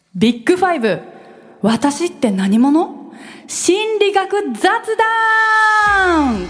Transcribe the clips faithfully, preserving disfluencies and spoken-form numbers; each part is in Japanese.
ビッグファイブ、私って何者？心理学雑談。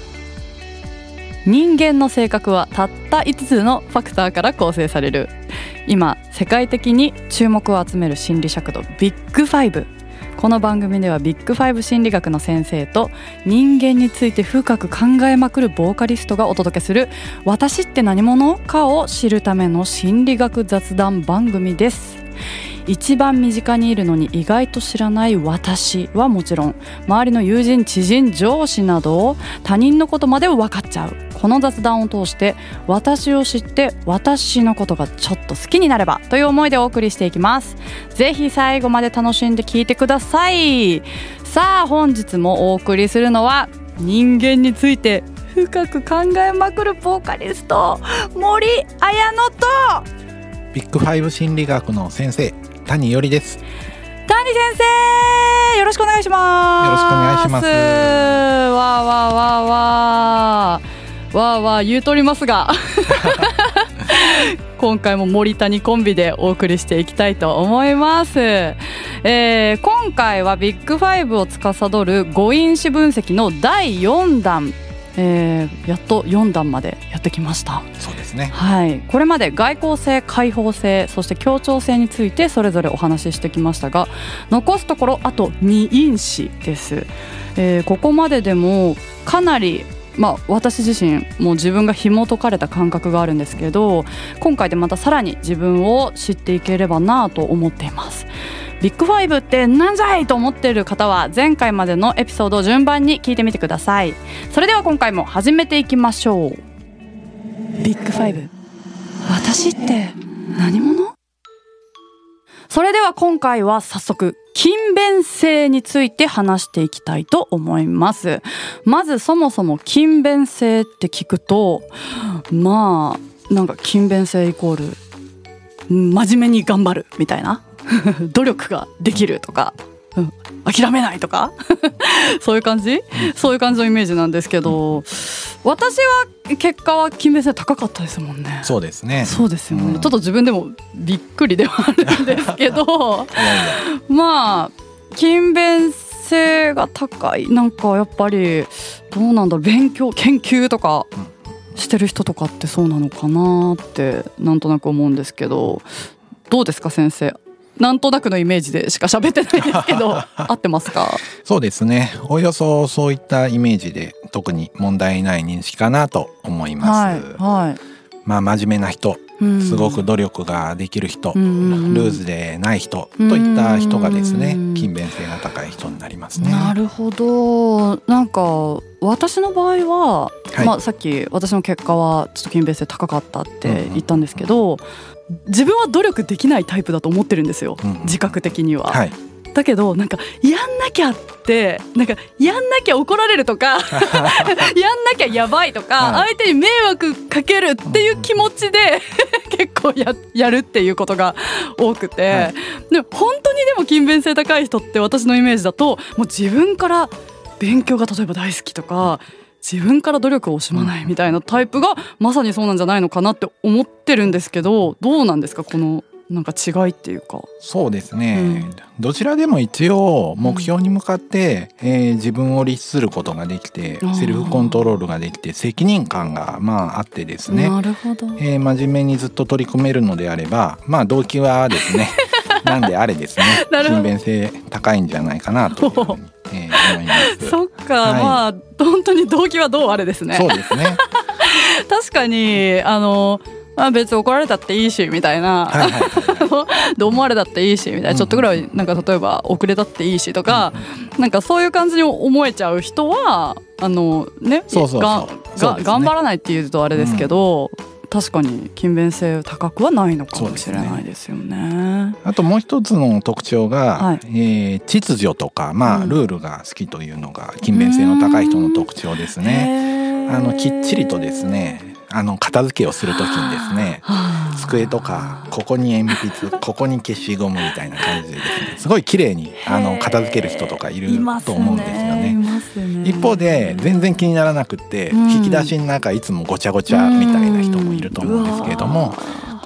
人間の性格はたったいつつのファクターから構成される。今世界的に注目を集める心理尺度ビッグファイブ。この番組ではビッグファイブ心理学の先生と人間について深く考えまくるボーカリストがお届けする私って何者かを知るための心理学雑談番組です。一番身近にいるのに意外と知らない私はもちろん、周りの友人、知人、上司など他人のことまで分かっちゃう。この雑談を通して私を知って私のことがちょっと好きになればという思いでお送りしていきます。ぜひ最後まで楽しんで聞いてください。さあ本日もお送りするのは人間について深く考えまくるボーカリスト森綾乃とビッグファイブ心理学の先生谷よりです。 谷先生よろしくお願いします。 よろしくお願いします。 わーわーわーわーわーわー言うとりますが今回も森谷コンビでお送りしていきたいと思います。えー、今回はビッグファイブを司る誤因子分析のだいよんだん、えー、やっとよんだんまでやってきました。 そうですね、 はい、これまで外交性、開放性、そして協調性についてそれぞれお話ししてきましたが、残すところあとに因子です。えー、ここまででもかなりまあ、私自身も自分が紐解かれた感覚があるんですけど、今回でまたさらに自分を知っていければなと思っています。ビッグファイブってなんじゃいと思っている方は前回までのエピソードを順番に聞いてみてください。それでは今回も始めていきましょう。ビッグファイブ、私って何者？それでは今回は早速勤勉性について話していきたいと思います。まずそもそも勤勉性って聞くと、まあなんか勤勉性イコール真面目に頑張るみたいな努力ができるとか、うん、諦めないとかそういう感じそういう感じのイメージなんですけど、私は結果は勤勉性高かったですもんね。 そうですね。 そうですよね、 うん、 ちょっと自分でもびっくりではあるんですけどまあ勤勉性が高い、なんかやっぱりどうなんだろう、勉強研究とかしてる人とかってそうなのかなってなんとなく思うんですけど、どうですか先生。なんとなくのイメージでしか喋ってないですけど合ってますか？そうですね、おおよそそういったイメージで特に問題ない認識かなと思います。はいはい、まあ真面目な人、すごく努力ができる人、うん、ルーズでない人といった人がですね、勤勉性が高い人になりますね。 なるほど。なんか私の場合は、はい、まあ、さっき私の結果はちょっと勤勉性高かったって言ったんですけど、うんうん、自分は努力できないタイプだと思ってるんですよ、うん、自覚的には、はい、だけどなんかやんなきゃってなんかやんなきゃ怒られるとかやんなきゃやばいとか、はい、相手に迷惑かけるっていう気持ちで結構 や, やるっていうことが多くて、はい、で本当にでも勤勉性高い人って私のイメージだともう自分から勉強が例えば大好きとか自分から努力を惜しまないみたいなタイプがまさにそうなんじゃないのかなって思ってるんですけど、どうなんですかこのなんか違いっていうか。 そうですね、うん、どちらでも一応目標に向かって、うん、えー、自分を律することができてセルフコントロールができて責任感がまああってですね、 なるほど、 えー、真面目にずっと取り組めるのであれば、まあ動機はですねなんであれですね勤勉性高いんじゃないかなというふうに、えー、思います。 そっか、はい、まあ本当に動機はどうあれですね。 そうですね確かにあのあ別に怒られたっていいしみたいな、はいはいはい、どう思われたっていいしみたいな、ちょっとぐらいなんか例えば遅れたっていいしとか、うん、なんかそういう感じに思えちゃう人はあのね、 そうそうそうがが、ね、頑張らないっていうとあれですけど、うん、確かに勤勉性高くはないのかもしれないですよね。 あともう一つの特徴が、はい、えー、秩序とか、まあ、ルールが好きというのが勤勉性の高い人の特徴ですね。あのきっちりとですね、あの片付けをするときにですね、机とかここに鉛筆ここに消しゴムみたいな感じでですね、すごい綺麗にあの片付ける人とかいると思うんですよね。一方で全然気にならなくって、うん、引き出しの中いつもごちゃごちゃみたいな人もいると思うんですけれども、こ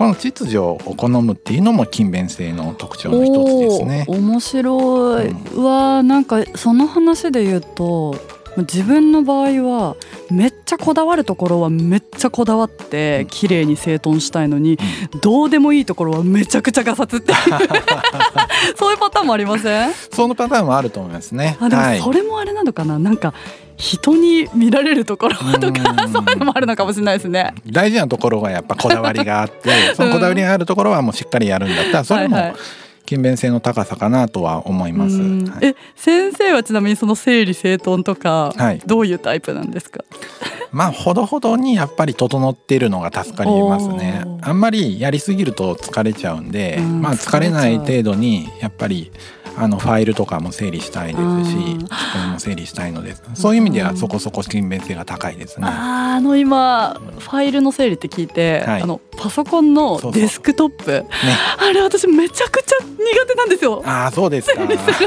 この秩序を好むっていうのも勤勉性の特徴の一つですね。 面白い、うん、うわなんかその話で言うと自分の場合はめっちゃこだわるところはめっちゃこだわって綺麗に整頓したいのに、うん、どうでもいいところはめちゃくちゃガサツっていうそういうパターンもありません？ そのパターンもあると思いますね。 あでもそれもあれなのかな、はい、なんか人に見られるところとかそういうのもあるのかもしれないですね。 大事なところはやっぱこだわりがあってそのこだわりがあるところはもうしっかりやるんだったらそれも、はいはい、勤勉性の高さかなとは思います、はい、 え先生はちなみにその整理整頓とか、はい、どういうタイプなんですか？ まあほどほどにやっぱり整っているのが助かりますね。あんまりやりすぎると疲れちゃうんで、うん、まあ疲れない程度にやっぱりあのファイルとかも整理したいですし机も整理したいのでそういう意味ではそこそこ勤勉性が高いですね。 あ, あの今ファイルの整理って聞いて、はい、あのパソコンのデスクトップそうそう、ね、あれ私めちゃくちゃ苦手なんですよ。 ああそうですか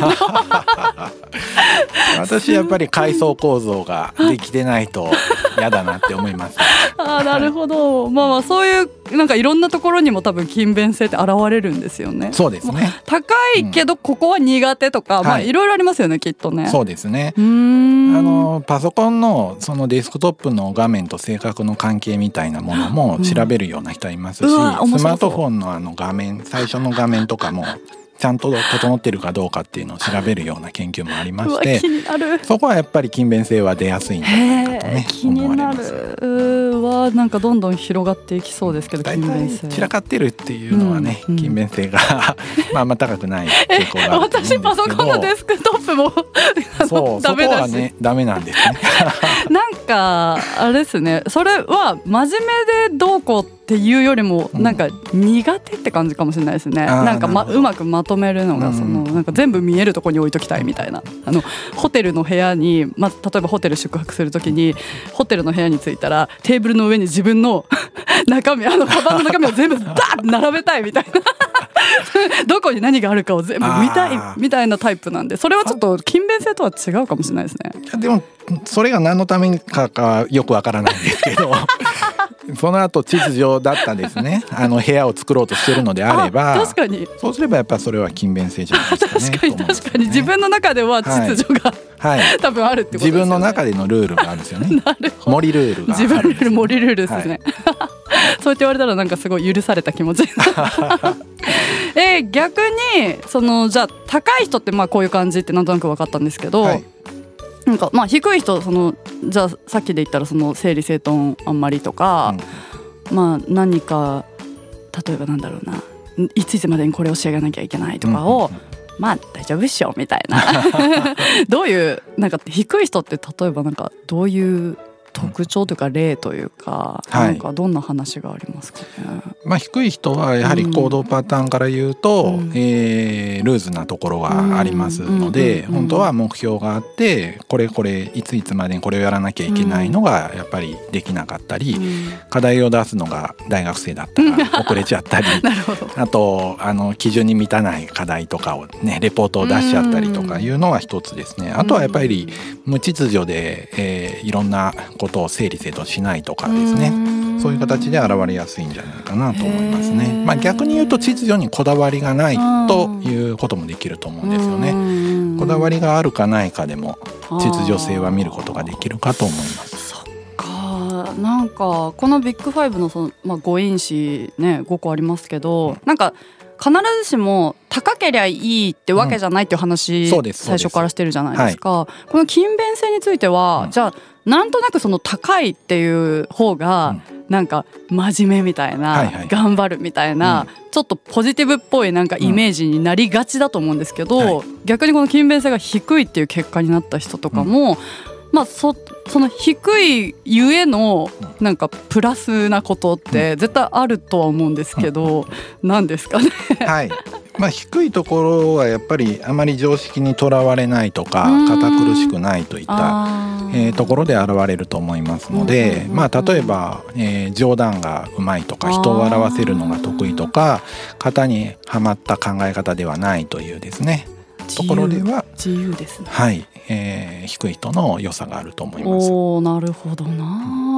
私やっぱり階層構造ができてないと嫌だなって思いますあなるほど、まあまあそういうなんかいろんなところにも多分勤勉性って現れるんですよね。 そうですね、 まあ、高いけどここは苦手とか、うん、まあいろいろありますよね、はい、きっとね。 そうですね。うーんあのパソコンのそのデスクトップの画面と性格の関係みたいなものも調べるような人いますし、うん、スマートフォンのあの画面最初の画面とかもちゃんと整っているかどうかっていうのを調べるような研究もありまして気になる。 そこはやっぱり勤勉性は出やすいんじゃないかとね思われます。 うわなんかどんどん広がっていきそうですけど大体散らかってるっていうのはね、うんうん、勤勉性がまああんま高くない傾向があると思うんですけど私パソコンのデスクトップもそうダメだしそこはねダメなんですねなんかあれですね、それは真面目でどうこうっていうよりもなんか苦手って感じかもしれないですね、うん、なんか、ま、うまくまとめるのがそのなんか全部見えるところに置いときたいみたいな、あのホテルの部屋に、ま、例えばホテル宿泊するときにホテルの部屋に着いたらテーブルの上に自分の中身あのカバンの中身を全部ダーッと並べたいみたいなどこに何があるかを全部見たいみたいなタイプなんで、それはちょっと勤勉性とは違うかもしれないですね。 いやでもそれが何のためにかかよくわからないんですけどその後秩序だったですねあの部屋を作ろうとしてるのであれば確かにそうすればやっぱそれは勤勉性じゃないですかね。 確かに確かに自分の中では秩序が、はいはい、多分あるってことですよね。 自分の中でのルールがあるんですよねなるほど森ルールがあるんですよね。自分ルール森ルールですね、はい、そうやって言われたらなんかすごい許された気持ちえー、逆にそのじゃあ高い人ってまあこういう感じってなんとなく分かったんですけど、はい、なんかまあ低い人そのじゃあさっきで言ったらその整理整頓あんまりとか、うん、まあ何か例えばなんだろうないついつまでにこれを仕上げなきゃいけないとかを、うんうんうん、まあ大丈夫っしょみたいなどういうなんか低い人って例えばなんかどういう特徴というか例というか、うん、なんかどんな話がありますかね。 まあ、低い人はやはり行動パターンから言うと、うんえー、ルーズなところがありますので、うん、本当は目標があってこれこれいついつまでにこれをやらなきゃいけないのがやっぱりできなかったり、うん、課題を出すのが大学生だったら遅れちゃったりなるほどあとあの基準に満たない課題とかをねレポートを出しちゃったりとかいうのは一つですね。あとはやっぱり無秩序で、えー、いろんなことを整理整頓しないとかですね、うそういう形で現れやすいんじゃないかなと思いますね。まあ、逆に言うと秩序にこだわりがないということもできると思うんですよね。こだわりがあるかないかでも秩序性は見ることができるかと思います。 そっか、なんかこのビッグファイブのその、まあ、ご因子ねごこありますけど、うん、なんか必ずしも高けりゃいいってわけじゃないっていう話、うん、最初からしてるじゃないですか、はい、この勤勉性については、うん、じゃあなんとなくその高いっていう方がなんか真面目みたいな、はいはい、頑張るみたいな、うん、ちょっとポジティブっぽいなんかイメージになりがちだと思うんですけど、うんはい、逆にこの勤勉性が低いっていう結果になった人とかも、うんまあ、そ, その低いゆえのなんかプラスなことって絶対あるとは思うんですけど、何ですかねはいまあ、低いところはやっぱりあまり常識にとらわれないとか堅苦しくないといった、えー、ところで現れると思いますので、まあ、例えば、えー、冗談がうまいとか人を笑わせるのが得意とか型にはまった考え方ではないというですねところでは自由ですね。 はい、えー、低い人の良さがあると思います。 おー、なるほどな、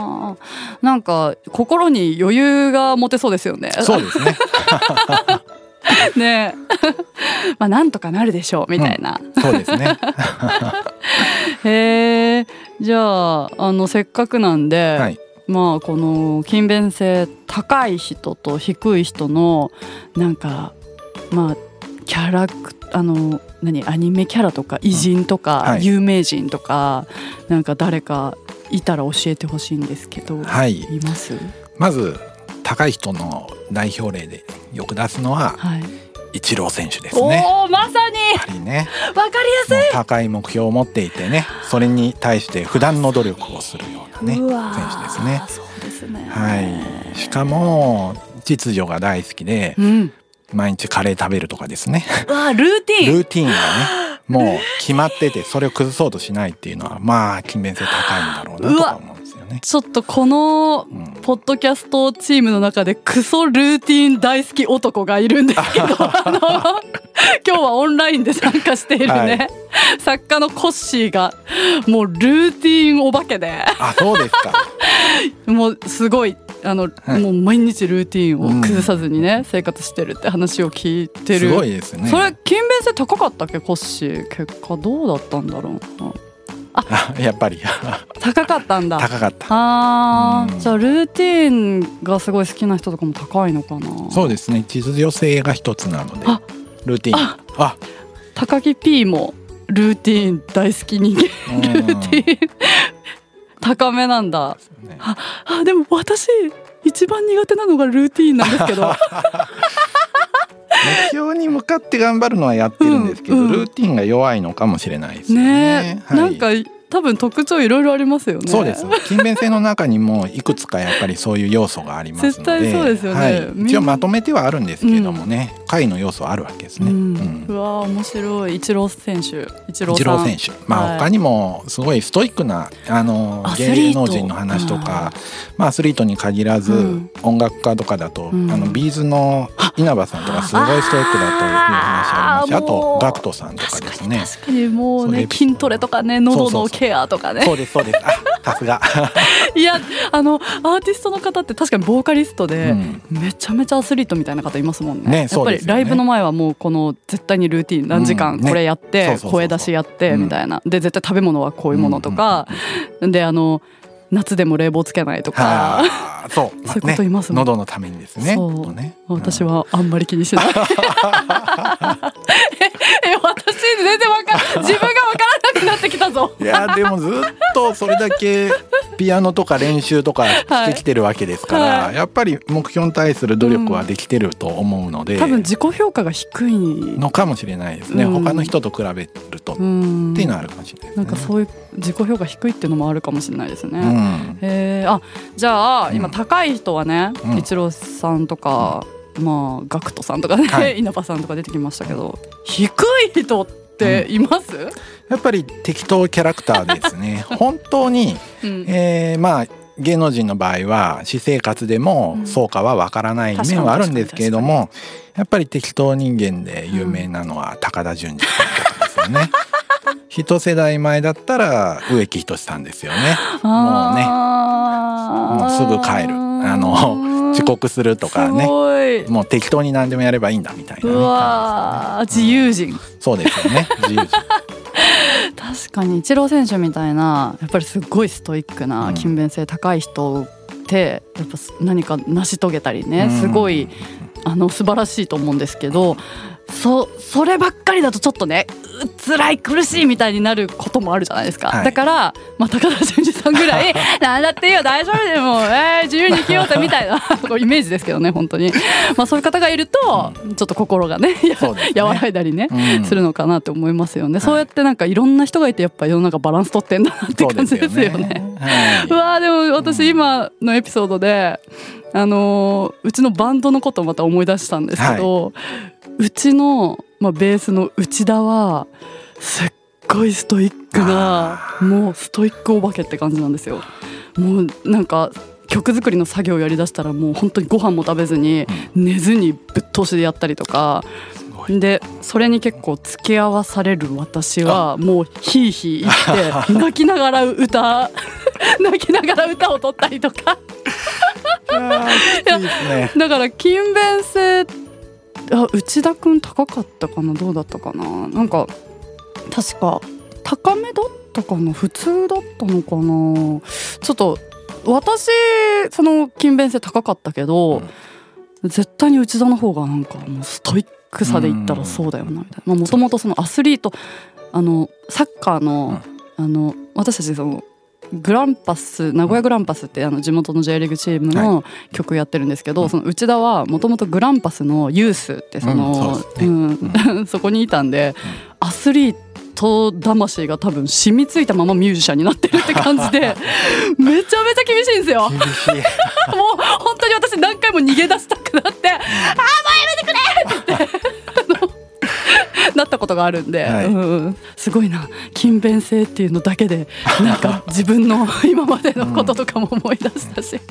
あなんか心に余裕が持てそうですよね。 そうですねねまあなんとかなるでしょうみたいな、 うん、そうですねへえ。じゃあ、あのせっかくなんで、はい、まあこの勤勉性高い人と低い人のなんかまあキャラクあの何アニメキャラとか偉人とか、うんはい、有名人とかなんか誰かいたら教えてほしいんですけど、はい、います？ まず高い人の代表例でよく出すのは、はい、イチロー選手ですね。 おー、まさにやっぱりね、 わかりやすい。 高い目標を持っていてね、それに対して普段の努力をするようなね選手ですね。 そうですね、 はい、しかも秩序が大好きで、うん、毎日カレー食べるとかですね。 わルーティンルーティンがねもう決まってて、それを崩そうとしないっていうのはまあ勤勉性高いんだろうなとか思うんですよね。 ちょっとこのポッドキャストチームの中でクソルーティン大好き男がいるんですけどあの今日はオンラインで参加しているね、はい、作家のコッシーがもうルーティンお化けで、 あ、そうですかもうすごいあの、はい、もう毎日ルーティンを崩さずにね、うん、生活してるって話を聞いてる。 すごいですね。 それ勤勉性高かったっけコッシー？結果どうだったんだろう。 あやっぱり高かったんだ。 高かった。 あ、うん、じゃあルーティンがすごい好きな人とかも高いのかな。 そうですね、秩序性が一つなのでルーティン。ああ高木 P もルーティン大好き人間ルーティン高めなんだ。ね、ああでも私一番苦手なのがルーティンなんですけど目標に向かって頑張るのはやってるんですけど、うんうん、ルーティンが弱いのかもしれないですね。 ね、はい、なんか多分特徴いろいろありますよね。 そうです。勤勉性の中にもいくつかやっぱりそういう要素がありますので、 絶対そうですよね、はい、 一応まとめてはあるんですけれどもね、うん、下位の要素はあるわけですね、うんうん、うわ面白い。イチロー選手イチローさん、イチロー選手、まあ、他にもすごいストイックなあの芸能人の話とか、まあ、アスリートに限らず、うん、音楽家とかだと、うん、あのビーズの稲葉さんとかすごいストイックだという話ありますし、あとガクトさんとかですね。 確かにもうね筋トレとかね喉のケアとかね。 そうですそうです。あ、さすがいやあのアーティストの方って確かにボーカリストで、うん、めちゃめちゃアスリートみたいな方いますもんね。ね、やっぱりライブの前はもうこの絶対にルーティン何時間これやって、うんね、声出しやってみたいな、うん、で絶対食べ物はこういうものとか、うん、であの夏でも冷房つけないとかそう、 そういうこといますもん、 ね、喉のためにですね。 そうね、 私はあんまり気にしないええ私全然わかん自分がわからなくなってきたぞいやでもずっとそれだけピアノとか練習とかしてきてるわけですから、はいはい、やっぱり目標に対する努力はできてると思うので、うん、 多分自己評価が低いのかもしれないですね、うん、他の人と比べると、うん、っていうのはあるかもしれないですね。 なんかそういう自己評価低いっていうのもあるかもしれないですね、うん、えー、あじゃあ今高い人はね、うん、イチローさんとか、うん、まあガクトさんとかね、はい、稲葉さんとか出てきましたけど、低い人っています？うん、 やっぱり適当キャラクターですね本当に、うん、えー、まあ芸能人の場合は私生活でもそうかはわからない面はあるんですけれども、やっぱり適当人間で有名なのは高田純次さんとかですよね一世代前だったら植木等さんですよね。もうねもうすぐ帰る、あの遅刻するとかね、もう適当に何でもやればいいんだみたいな、ね、うわ自由人、 うん、そうですよね自由人確かにイチロー選手みたいなやっぱりすごいストイックな勤勉性高い人ってやっぱ何か成し遂げたりね、すごいあの素晴らしいと思うんですけど、そ, そればっかりだとちょっとね辛い苦しいみたいになることもあるじゃないですか、はい、だから、まあ、高田純次さんぐらいなんだっていいよ大丈夫でも、えー、自由に生きようぜみたいなイメージですけどね本当に、まあ、そういう方がいると、うん、ちょっと心が ね, ね和らいだりね、うん、するのかなって思いますよね、はい、そうやってなんかいろんな人がいてやっぱ世の中バランス取ってんだなって感じですよね。う, よね、はい、うわでも私今のエピソードであのうちのバンドのことをまた思い出したんですけど、はい、うちの、まあ、ベースの内田はすっごいストイックなもうストイックお化けって感じなんですよ。もうなんか曲作りの作業をやりだしたらもう本当にご飯も食べずに寝ずにぶっ通しでやったりとか、 ごい。 でそれに結構付き合わされる私はもうヒーヒー言って泣きながら歌泣きながら歌を取ったりとかいやきついですね。 だから勤勉性、あ、内田くん高かったかな、どうだったかな、なんか確か高めだったかな、普通だったのかな、ちょっと私その勤勉性高かったけど、うん、絶対に内田の方がなんかもうストイックさで言ったらそうだよなみたいな。もともとそのアスリート、あのサッカーの、うん、あの私たちそのグランパス名古屋グランパスってあの地元の J リーグチームの曲やってるんですけど、はい、その内田はもともとグランパスのユースってその、うんそ, うん、そこにいたんで、うん、アスリート魂が多分染みついたままミュージシャンになってるって感じでめちゃめちゃ厳しいんですよ。 厳しいもう本当に私何回も逃げ出したくなって、うん、あーもうやめてくれって言ってなったことがあるんで、はい、うん、すごいな、勤勉性っていうのだけでなんか自分の今までのこととかも思い出したし、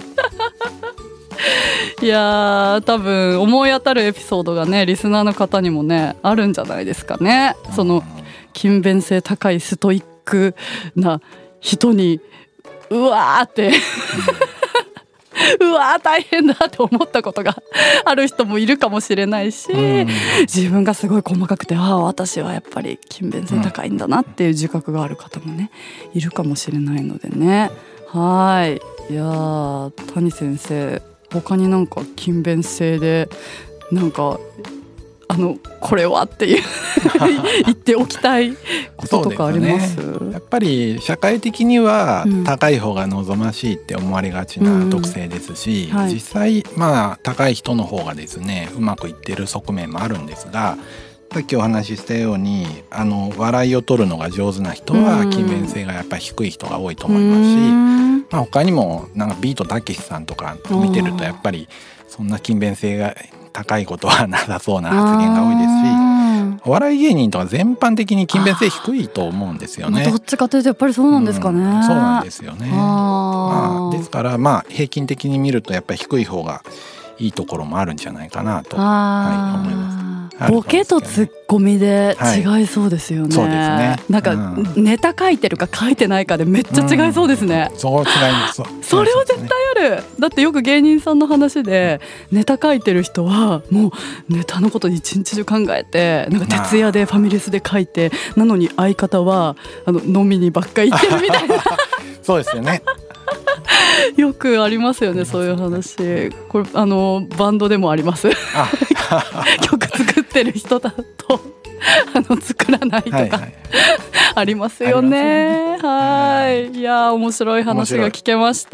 うん、いやー多分思い当たるエピソードがねリスナーの方にもねあるんじゃないですかね。その勤勉性高いストイックな人にうわーってうわー大変だって思ったことがある人もいるかもしれないし、うん、自分がすごい細かくて、ああ私はやっぱり勤勉性高いんだなっていう自覚がある方もねいるかもしれないのでね。はい、いやー谷先生他になんか勤勉性でなんかあのこれはっていう言っておきたいこととかあります？ そうですね、やっぱり社会的には高い方が望ましいって思われがちな特性ですし、うんはい、実際まあ高い人の方がですねうまくいってる側面もあるんですが、さっきお話ししたようにあの笑いを取るのが上手な人は勤勉性がやっぱり低い人が多いと思いますし、うんまあ、他にもなんかビートたけしさんとか見てるとやっぱりそんな勤勉性が高いことはなさそうな発言が多いですし、お笑い芸人とか全般的に勤勉性低いと思うんですよね。 どっちかというとやっぱりそうなんですかね、 うん、そうなんですよね。あ、まあ、ですからまあ平均的に見るとやっぱり低い方がいいところもあるんじゃないかなと、はい、思います。 ボケとツッコミで違いそうですよね、はい、そうですね。なんか、うん、ネタ書いてるか書いてないかでめっちゃ違いそうですね、 うん、そう違います。 それは絶対ある。だってよく芸人さんの話でネタ書いてる人はもうネタのこと一日中考えてなんか徹夜でファミレスで書いて、なのに相方はあの飲みにばっかり行ってるみたいなそうですよねよくありますよね、そういう話。これあのバンドでもあります曲作ってる人だとあの作らないとか、はいはい、ありますよね。はい、いや面白い話が聞けました。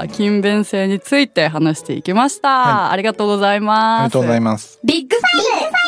勤勉性について話していきました、はい、ありがとうございます。 ありがとうございます。 ビッグファイブ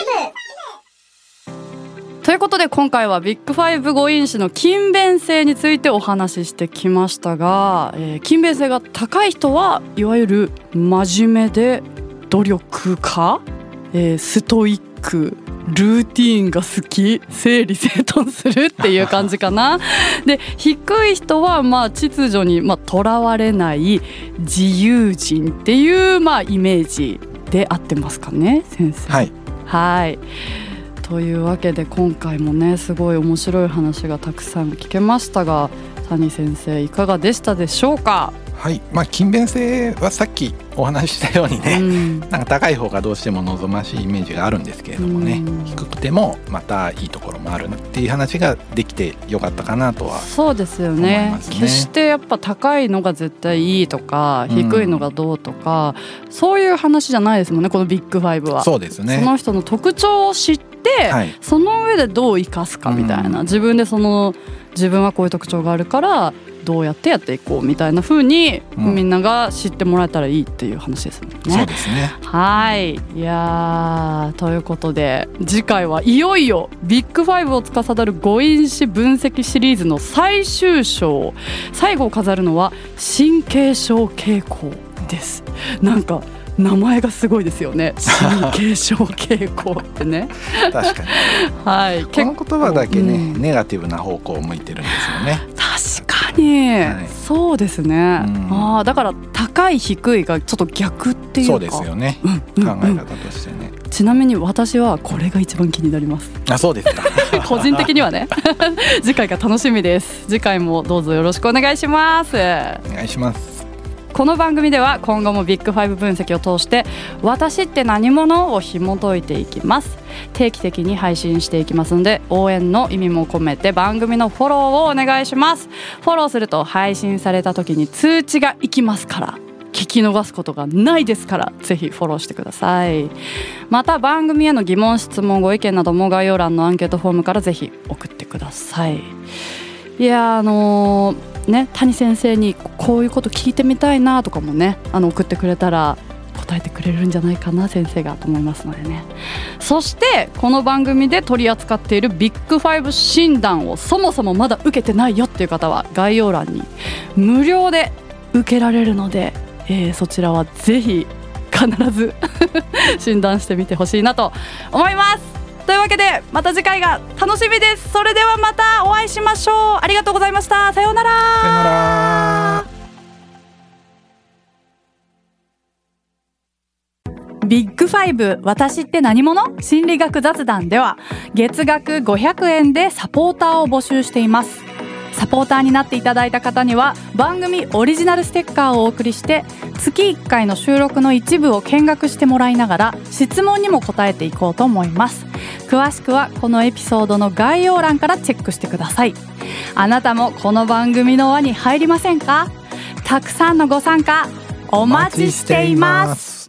ということで今回はビッグファイブ五因子の勤勉性についてお話ししてきましたが、えー、勤勉性が高い人はいわゆる真面目で努力家、えー、ストイック、ルーティーンが好き、整理整頓するっていう感じかなで低い人はまあ秩序にとらわれない自由人っていうまあイメージで合ってますかね先生。 はい、 はいというわけで今回もねすごい面白い話がたくさん聞けましたが、谷先生いかがでしたでしょうか？ はい、まあ、勤勉性はさっきお話ししたようにね、うん、なんか高い方がどうしても望ましいイメージがあるんですけれどもね、うん、低くてもまたいいところもあるなっていう話ができてよかったかなとは思いますね。 そうですよね。決してやっぱ高いのが絶対いいとか、うん、低いのがどうとかそういう話じゃないですもんね、このビッグファイブは。 そうですね。 その人の特徴を知って、はい、その上でどう生かすかみたいな、うん、自分でその自分はこういう特徴があるからどうやってやっていこうみたいな風に、うん、みんなが知ってもらえたらいいっていう話ですもんね。 そうですね。 はい、いやということで次回はいよいよビッグファイブを司る五因子分析シリーズの最終章、最後を飾るのは神経症傾向です。なんか名前がすごいですよね、神経症傾向ってね確かに、 はい、 この言葉だけね、うん、ネガティブな方向を向いてるんですよね。 確かに、はい、そうですね、うん、あだから高い低いがちょっと逆っていうか。 そうですよね、うんうんうん、考え方としてね。 ちなみに私はこれが一番気になります。 あ、そうですか個人的にはね次回が楽しみです。次回もどうぞよろしくお願いします。 お願いします。 この番組では今後もビッグファイブ分析を通して私って何者を紐解いていきます。定期的に配信していきますので、応援の意味も込めて番組のフォローをお願いします。フォローすると配信された時に通知がいきますから、聞き逃すことがないですから、ぜひフォローしてください。また番組への疑問、質問、ご意見なども概要欄のアンケートフォームからぜひ送ってください。いやあのー、ね谷先生にこういうこと聞いてみたいなとかもね、あの送ってくれたら答えてくれるんじゃないかな先生がと思いますのでね。そしてこの番組で取り扱っているビッグファイブ診断をそもそもまだ受けてないよっていう方は概要欄に無料で受けられるので、えー、そちらはぜひ必ず診断してみてほしいなと思います。というわけでまた次回が楽しみです。それではまたお会いしましょう。ありがとうございました。さようなら。 さようなら。 ビッグファイブ私って何者？心理学雑談では月額ごひゃくえんでサポーターを募集しています。サポーターになっていただいた方には番組オリジナルステッカーをお送りして、月いっかいの収録の一部を見学してもらいながら質問にも答えていこうと思います。詳しくはこのエピソードの概要欄からチェックしてください。あなたもこの番組の輪に入りませんか？たくさんのご参加お待ちしています。